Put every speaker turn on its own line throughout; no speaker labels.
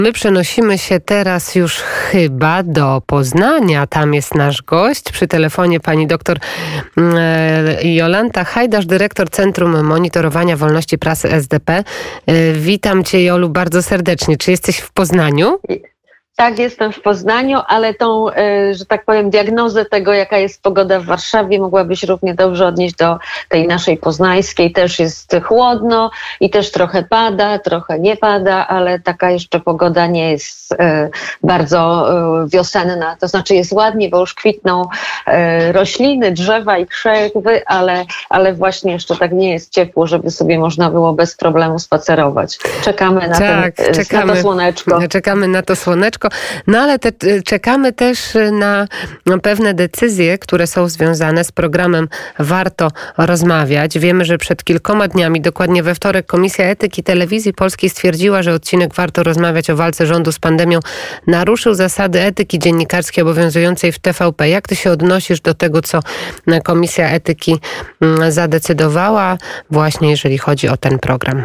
My przenosimy się teraz już chyba do Poznania. Tam jest nasz gość. Przy telefonie pani doktor Jolanta Hajdasz, dyrektor Centrum Monitorowania Wolności Prasy SDP. Witam cię, Jolu, bardzo serdecznie. Czy jesteś w Poznaniu?
Tak, jestem w Poznaniu, ale tą, że tak powiem, diagnozę tego, jaka jest pogoda w Warszawie, mogłabyś równie dobrze odnieść do tej naszej poznańskiej. Też jest chłodno i też trochę pada, trochę nie pada, ale taka jeszcze pogoda nie jest bardzo wiosenna. To znaczy jest ładnie, bo już kwitną rośliny, drzewa i krzewy, ale właśnie jeszcze tak nie jest ciepło, żeby sobie można było bez problemu spacerować. Czekamy na, na to słoneczko.
Czekamy na to słoneczko. No ale czekamy też na pewne decyzje, które są związane z programem Warto Rozmawiać. Wiemy, że przed kilkoma dniami, dokładnie we wtorek, Komisja Etyki Telewizji Polskiej stwierdziła, że odcinek Warto Rozmawiać o walce rządu z pandemią naruszył zasady etyki dziennikarskiej obowiązującej w TVP. Jak ty się odnosisz do tego, co Komisja Etyki zadecydowała, właśnie jeżeli chodzi o ten program?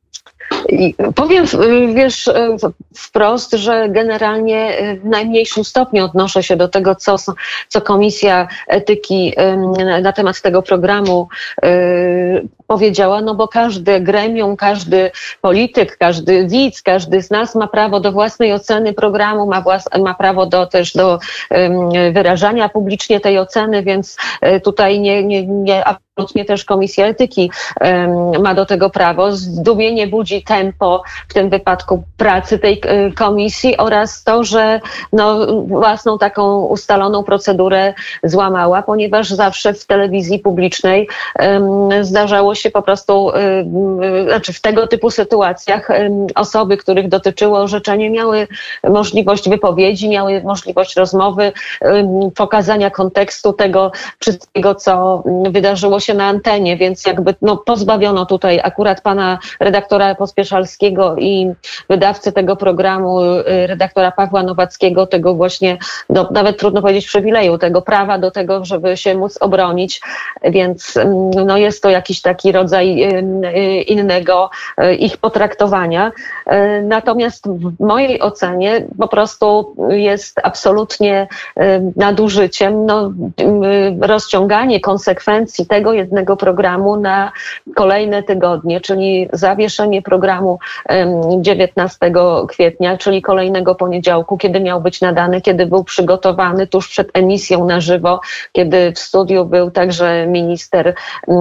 I powiem, wiesz, wprost, że generalnie w najmniejszym stopniu odnoszę się do tego, co Komisja Etyki na temat tego programu powiedziała, no bo każde gremium, każdy polityk, każdy widz, każdy z nas ma prawo do własnej oceny programu, ma prawo też do wyrażania publicznie tej oceny, więc tutaj absolutnie też Komisja Etyki ma do tego prawo. Zdumienie budzi tempo w tym wypadku pracy tej komisji oraz to, że własną taką ustaloną procedurę złamała, ponieważ zawsze w telewizji publicznej zdarzało się po prostu, w tego typu sytuacjach osoby, których dotyczyło orzeczenie, miały możliwość wypowiedzi, miały możliwość rozmowy, pokazania kontekstu tego wszystkiego, co wydarzyło się na antenie, więc jakby pozbawiono tutaj akurat pana redaktora Pospieszalskiego i wydawcy tego programu, redaktora Pawła Nowackiego, tego właśnie, nawet trudno powiedzieć przywileju, tego prawa do tego, żeby się móc obronić, więc jest to jakiś taki rodzaj innego ich potraktowania. Natomiast w mojej ocenie po prostu jest absolutnie nadużyciem rozciąganie konsekwencji tego jednego programu na kolejne tygodnie, czyli zawieszenie programu 19 kwietnia, czyli kolejnego poniedziałku, kiedy miał być nadany, kiedy był przygotowany tuż przed emisją na żywo, kiedy w studiu był także minister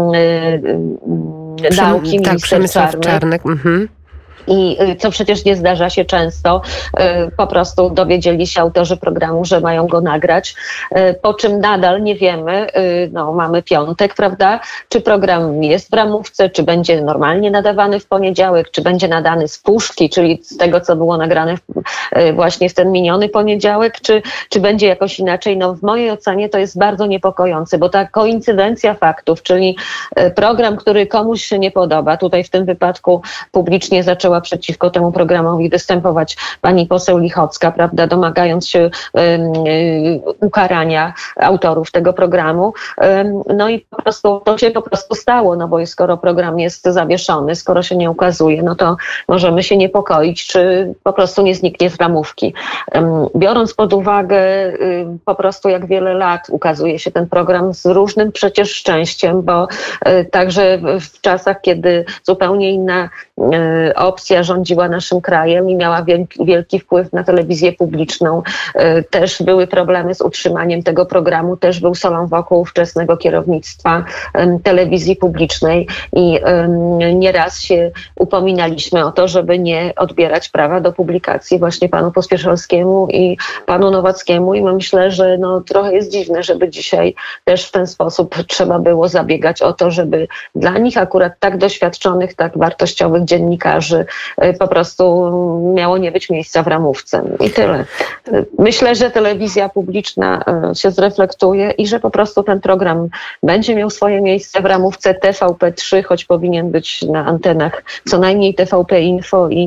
nauki,
Przemysław Czarnek. Mhm.
I co przecież nie zdarza się często, po prostu dowiedzieli się autorzy programu, że mają go nagrać, po czym nadal nie wiemy, mamy piątek, prawda, czy program jest w ramówce, czy będzie normalnie nadawany w poniedziałek, czy będzie nadany z puszki, czyli z tego, co było nagrane właśnie w ten miniony poniedziałek, czy będzie jakoś inaczej. W mojej ocenie to jest bardzo niepokojące, bo ta koincydencja faktów, czyli program, który komuś się nie podoba, tutaj w tym wypadku publicznie zaczęła przeciwko temu programowi występować pani poseł Lichocka, prawda, domagając się ukarania autorów tego programu. I po prostu to się po prostu stało, bo skoro program jest zawieszony, skoro się nie ukazuje, to możemy się niepokoić, czy po prostu nie zniknie z ramówki. Biorąc pod uwagę po prostu jak wiele lat ukazuje się ten program z różnym przecież szczęściem, bo także w czasach, kiedy zupełnie inna opcja rządziła naszym krajem i miała wielki wpływ na telewizję publiczną. Też były problemy z utrzymaniem tego programu, też był solą wokół ówczesnego kierownictwa telewizji publicznej i nieraz się upominaliśmy o to, żeby nie odbierać prawa do publikacji właśnie panu Pospieszalskiemu i panu Nowackiemu i myślę, że trochę jest dziwne, żeby dzisiaj też w ten sposób trzeba było zabiegać o to, żeby dla nich akurat tak doświadczonych, tak wartościowych dziennikarzy po prostu miało nie być miejsca w ramówce. I tyle. Myślę, że telewizja publiczna się zreflektuje i że po prostu ten program będzie miał swoje miejsce w ramówce TVP3, choć powinien być na antenach co najmniej TVP Info i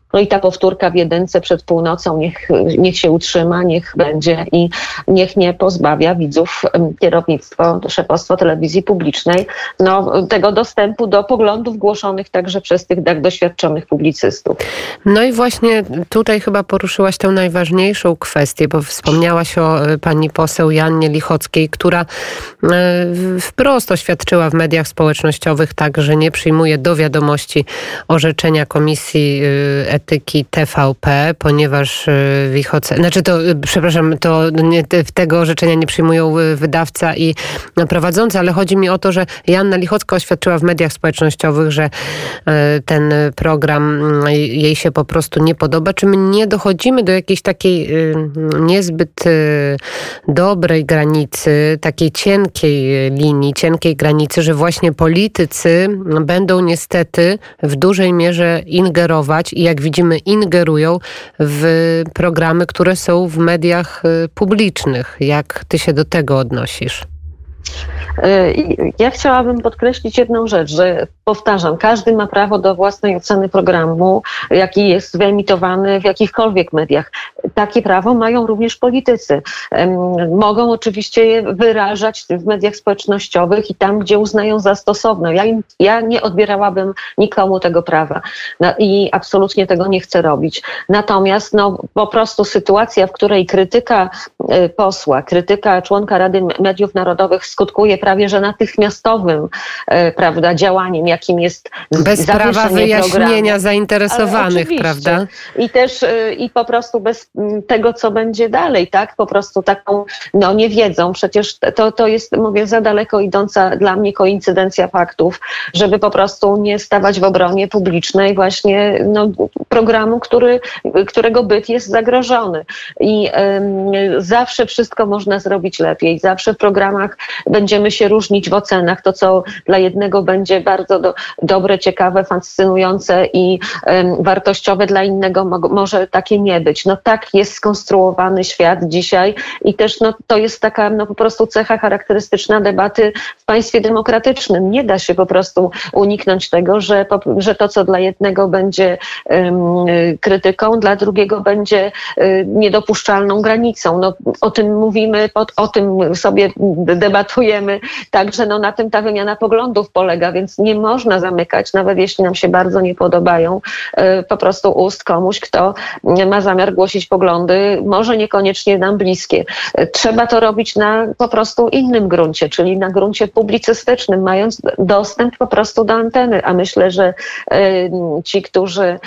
No i ta powtórka w jedynce przed północą niech się utrzyma, niech będzie i niech nie pozbawia widzów kierownictwo, szefostwo telewizji publicznej tego dostępu do poglądów głoszonych także przez tych tak doświadczonych publicystów.
No i właśnie tutaj chyba poruszyłaś tę najważniejszą kwestię, bo wspomniałaś o pani poseł Joannie Lichockiej, która wprost oświadczyła w mediach społecznościowych tak, że nie przyjmuje do wiadomości orzeczenia Komisji Etyki TVP, ponieważ tego orzeczenia nie przyjmują wydawca i prowadzący, ale chodzi mi o to, że Joanna Lichocka oświadczyła w mediach społecznościowych, że ten program jej się po prostu nie podoba. Czy my nie dochodzimy do jakiejś takiej niezbyt dobrej granicy, takiej cienkiej linii, cienkiej granicy, że właśnie politycy będą niestety w dużej mierze ingerować i jak widzimy ingerują w programy, które są w mediach publicznych. Jak ty się do tego odnosisz?
Ja chciałabym podkreślić jedną rzecz, że powtarzam, każdy ma prawo do własnej oceny programu, jaki jest wyemitowany w jakichkolwiek mediach. Takie prawo mają również politycy. Mogą oczywiście je wyrażać w mediach społecznościowych i tam, gdzie uznają za stosowne. Ja nie odbierałabym nikomu tego prawa i absolutnie tego nie chcę robić. Natomiast po prostu sytuacja, w której krytyka posła, krytyka członka Rady Mediów Narodowych skutkuje prawie że natychmiastowym działaniem, jakim jest
bez prawa wyjaśnienia
programu.
zainteresowanych, prawda?
I też i po prostu bez tego, co będzie dalej, tak? Po prostu taką niewiedzą. Przecież to jest, mówię, za daleko idąca dla mnie koincydencja faktów, żeby po prostu nie stawać w obronie publicznej właśnie programu, którego byt jest zagrożony. I zawsze wszystko można zrobić lepiej. Zawsze w programach będziemy się różnić w ocenach. To, co dla jednego będzie bardzo dobre, ciekawe, fascynujące i wartościowe, dla innego może takie nie być. Tak jest skonstruowany świat dzisiaj i też to jest taka po prostu cecha charakterystyczna debaty w państwie demokratycznym. Nie da się po prostu uniknąć tego, że to, co dla jednego będzie krytyką, dla drugiego będzie niedopuszczalną granicą. O tym mówimy, o tym sobie debatujemy, także na tym ta wymiana poglądów polega, więc nie można zamykać, nawet jeśli nam się bardzo nie podobają, po prostu ust komuś, kto ma zamiar głosić poglądy, może niekoniecznie nam bliskie. Trzeba to robić na po prostu innym gruncie, czyli na gruncie publicystycznym, mając dostęp po prostu do anteny, a myślę, że ci, którzy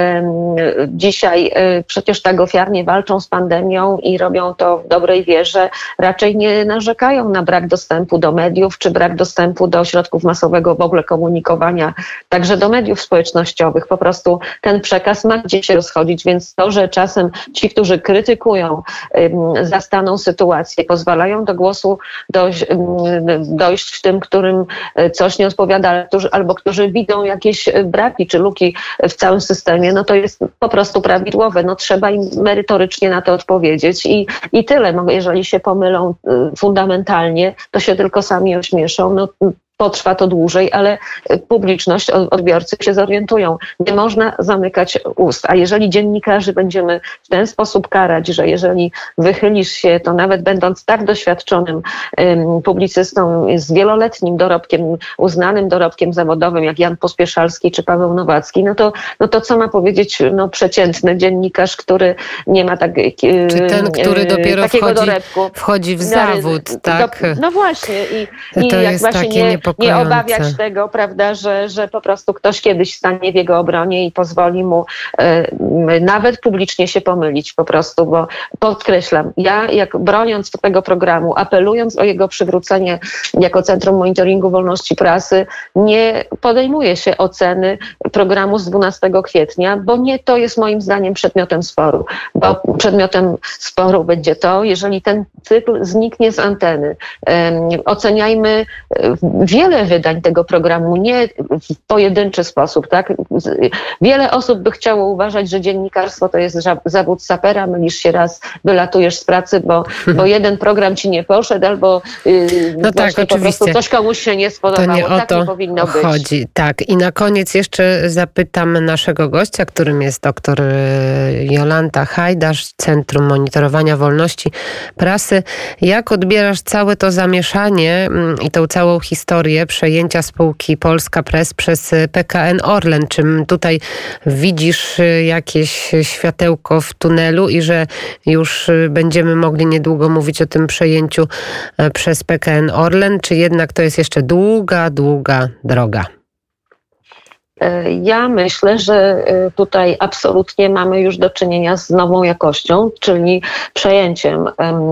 dzisiaj przecież tak ofiarnie walczą z pandemią i robią to w dobrej wierze, raczej nie narzekają na brak dostępu do mediów, czy brak dostępu do środków masowego w ogóle komunikowania, także do mediów społecznościowych. Po prostu ten przekaz ma gdzie się rozchodzić, więc to, że czasem ci, którzy krytykują zastaną sytuację, pozwalają do głosu dojść w tym, którym coś nie odpowiada, albo którzy widzą jakieś braki czy luki w całym systemie, to jest po prostu prawidłowe. Trzeba im merytorycznie na to odpowiedzieć i tyle. Jeżeli się pomylą fundamentalnie, to się tylko sami ośmieszą. Potrwa to dłużej, ale publiczność, odbiorcy się zorientują. Nie można zamykać ust. A jeżeli dziennikarzy będziemy w ten sposób karać, że jeżeli wychylisz się, to nawet będąc tak doświadczonym publicystą z wieloletnim dorobkiem, uznanym dorobkiem zawodowym, jak Jan Pospieszalski czy Paweł Nowacki, to co ma powiedzieć przeciętny dziennikarz, który nie ma
czy ten, który dopiero wchodzi w zawód, tak?
Właśnie. I
to
jak
jest
właśnie
takie
nie obawiać tego, prawda, że po prostu ktoś kiedyś stanie w jego obronie i pozwoli mu nawet publicznie się pomylić po prostu, bo podkreślam, ja jak broniąc tego programu, apelując o jego przywrócenie jako Centrum Monitoringu Wolności Prasy, nie podejmuję się oceny programu z 12 kwietnia, bo nie to jest moim zdaniem przedmiotem sporu, bo przedmiotem sporu będzie to, jeżeli ten cykl zniknie z anteny. Oceniajmy wiele wydań tego programu, nie w pojedynczy sposób, tak? Wiele osób by chciało uważać, że dziennikarstwo to jest zawód sapera, mylisz się raz, wylatujesz z pracy, bo jeden program ci nie poszedł, albo
no tak,
po prostu coś komuś się nie spodobało.
To nie o
tak
to
nie powinno
chodzi.
być.
Tak. I na koniec jeszcze zapytam naszego gościa, którym jest dr Jolanta Hajdasz, Centrum Monitorowania Wolności Prasy. Jak odbierasz całe to zamieszanie i tą całą historię przejęcia spółki Polska Press przez PKN Orlen? Czy tutaj widzisz jakieś światełko w tunelu i że już będziemy mogli niedługo mówić o tym przejęciu przez PKN Orlen, czy jednak to jest jeszcze długa droga?
Ja myślę, że tutaj absolutnie mamy już do czynienia z nową jakością, czyli przejęciem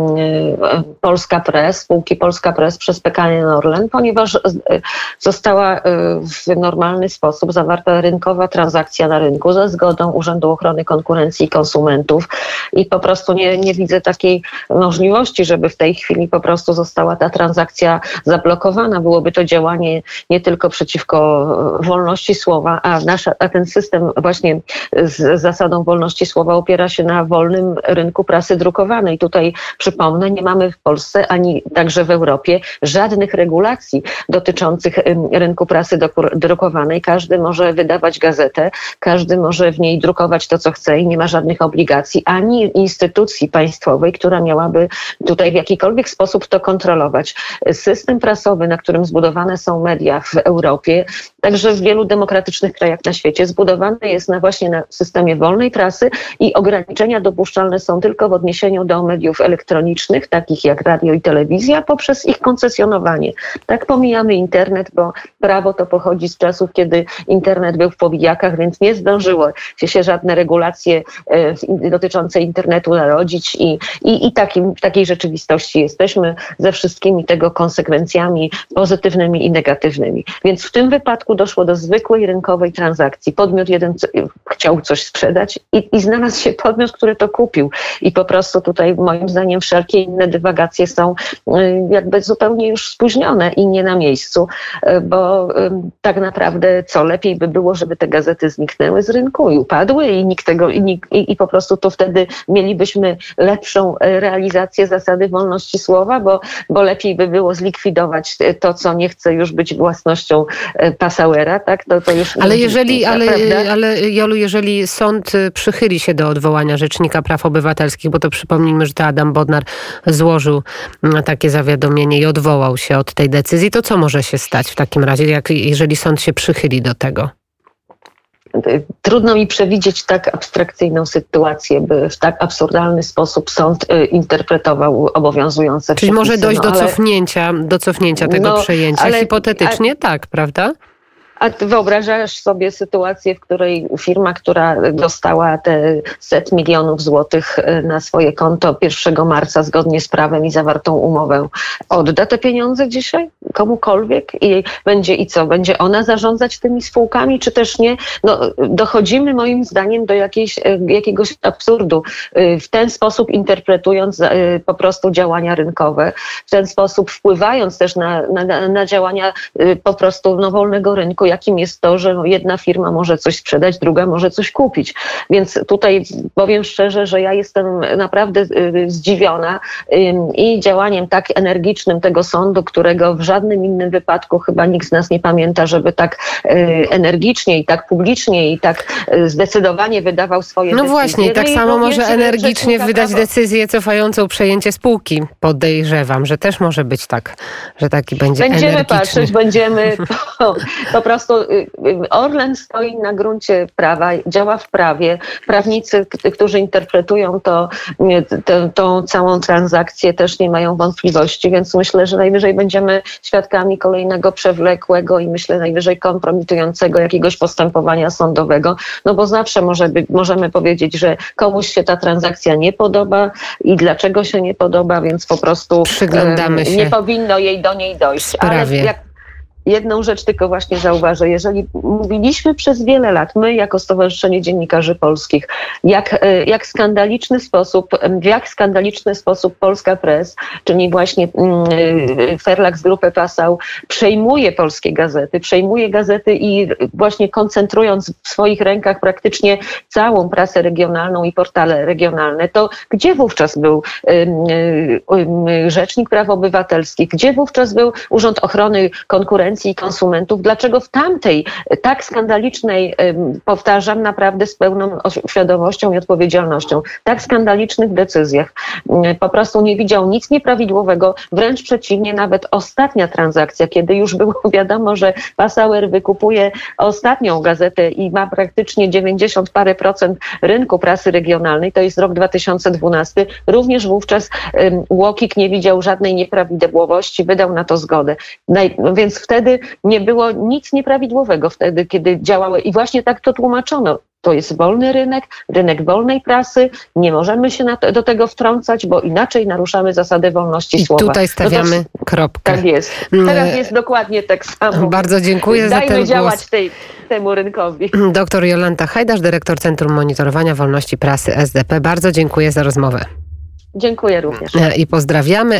Polska Press, spółki Polska Press przez PKN Orlen, ponieważ została w normalny sposób zawarta rynkowa transakcja na rynku za zgodą Urzędu Ochrony Konkurencji i Konsumentów i po prostu nie widzę takiej możliwości, żeby w tej chwili po prostu została ta transakcja zablokowana. Byłoby to działanie nie tylko przeciwko wolności słowa, a ten system właśnie z zasadą wolności słowa opiera się na wolnym rynku prasy drukowanej. Tutaj przypomnę, nie mamy w Polsce ani także w Europie żadnych regulacji dotyczących rynku prasy drukowanej. Każdy może wydawać gazetę, każdy może w niej drukować to, co chce i nie ma żadnych obligacji, ani instytucji państwowej, która miałaby tutaj w jakikolwiek sposób to kontrolować. System prasowy, na którym zbudowane są media w Europie, także w wielu demokratycznych krajach na świecie, zbudowany jest właśnie na systemie wolnej prasy i ograniczenia dopuszczalne są tylko w odniesieniu do mediów elektronicznych, takich jak radio i telewizja, poprzez ich koncesjonowanie. Tak pomijamy internet, bo prawo to pochodzi z czasów, kiedy internet był w powijakach, więc nie zdążyło się żadne regulacje dotyczące internetu narodzić i takiej rzeczywistości jesteśmy ze wszystkimi tego konsekwencjami pozytywnymi i negatywnymi. Więc w tym wypadku doszło do zwykłej rynkowej transakcji. Podmiot jeden chciał coś sprzedać i znalazł się podmiot, który to kupił. I po prostu tutaj moim zdaniem wszelkie inne dywagacje są jakby zupełnie już spóźnione i nie na miejscu, bo tak naprawdę co lepiej by było, żeby te gazety zniknęły z rynku i upadły i nikt tego i po prostu to wtedy mielibyśmy lepszą realizację zasady wolności słowa, bo lepiej by było zlikwidować to, co nie chce już być własnością Passauera, tak? To już
ale Jolu, jeżeli sąd przychyli się do odwołania Rzecznika Praw Obywatelskich, bo to przypomnijmy, że to Adam Bodnar złożył takie zawiadomienie i odwołał się od tej decyzji, to co może się stać w takim razie, jeżeli sąd się przychyli do tego?
Trudno mi przewidzieć tak abstrakcyjną sytuację, by w tak absurdalny sposób sąd interpretował obowiązujące
Czyli
przepisy.
może dojść do cofnięcia tego przejęcia. Hipotetycznie tak, prawda?
A ty wyobrażasz sobie sytuację, w której firma, która dostała te 100 milionów złotych na swoje konto 1 marca zgodnie z prawem i zawartą umowę, odda te pieniądze dzisiaj komukolwiek i co? Będzie ona zarządzać tymi spółkami, czy też nie? No, dochodzimy moim zdaniem do jakiegoś absurdu. W ten sposób interpretując po prostu działania rynkowe, w ten sposób wpływając też na działania po prostu wolnego rynku, jakim jest to, że jedna firma może coś sprzedać, druga może coś kupić. Więc tutaj powiem szczerze, że ja jestem naprawdę zdziwiona i działaniem tak energicznym tego sądu, którego w żadnym innym wypadku chyba nikt z nas nie pamięta, żeby tak energicznie i tak publicznie i tak zdecydowanie wydawał swoje decyzje.
No właśnie, tak samo może energicznie wydać decyzję cofającą przejęcie spółki. Podejrzewam, że też może być tak, że taki będzie energiczny.
Będziemy po prostu Orlen stoi na gruncie prawa, działa w prawie. Prawnicy, którzy interpretują tą całą transakcję, też nie mają wątpliwości, więc myślę, że najwyżej będziemy świadkami kolejnego przewlekłego i myślę najwyżej kompromitującego jakiegoś postępowania sądowego, no bo zawsze możemy powiedzieć, że komuś się ta transakcja nie podoba i dlaczego się nie podoba, więc po prostu
przyglądamy się
nie powinno do niej dojść.
sprawie.
jedną rzecz tylko właśnie zauważę. Jeżeli mówiliśmy przez wiele lat, my jako Stowarzyszenie Dziennikarzy Polskich, w jak skandaliczny sposób Polska Press, czyli właśnie Ferlax Grupę Passau, przejmuje polskie gazety i właśnie koncentrując w swoich rękach praktycznie całą prasę regionalną i portale regionalne, to gdzie wówczas był Rzecznik Praw Obywatelskich, gdzie wówczas był Urząd Ochrony Konkurencji i Konsumentów? Dlaczego w tamtej, tak skandalicznej, powtarzam, naprawdę z pełną świadomością i odpowiedzialnością, tak skandalicznych decyzjach po prostu nie widział nic nieprawidłowego, wręcz przeciwnie, nawet ostatnia transakcja, kiedy już było wiadomo, że Passauer wykupuje ostatnią gazetę i ma praktycznie 90 parę procent rynku prasy regionalnej, to jest rok 2012, również wówczas UOKiK nie widział żadnej nieprawidłowości, wydał na to zgodę. Więc wtedy nie było nic nieprawidłowego, wtedy kiedy działały i właśnie tak to tłumaczono. To jest wolny rynek wolnej prasy, nie możemy się do tego wtrącać, bo inaczej naruszamy zasadę wolności słowa.
I tutaj stawiamy kropkę.
Tak jest. Teraz jest dokładnie tak samo.
Bardzo dziękuję za ten
Dajmy działać
głos.
temu rynkowi.
Doktor Jolanta Hajdasz, dyrektor Centrum Monitorowania Wolności Prasy SDP. Bardzo dziękuję za rozmowę.
Dziękuję również.
I pozdrawiamy.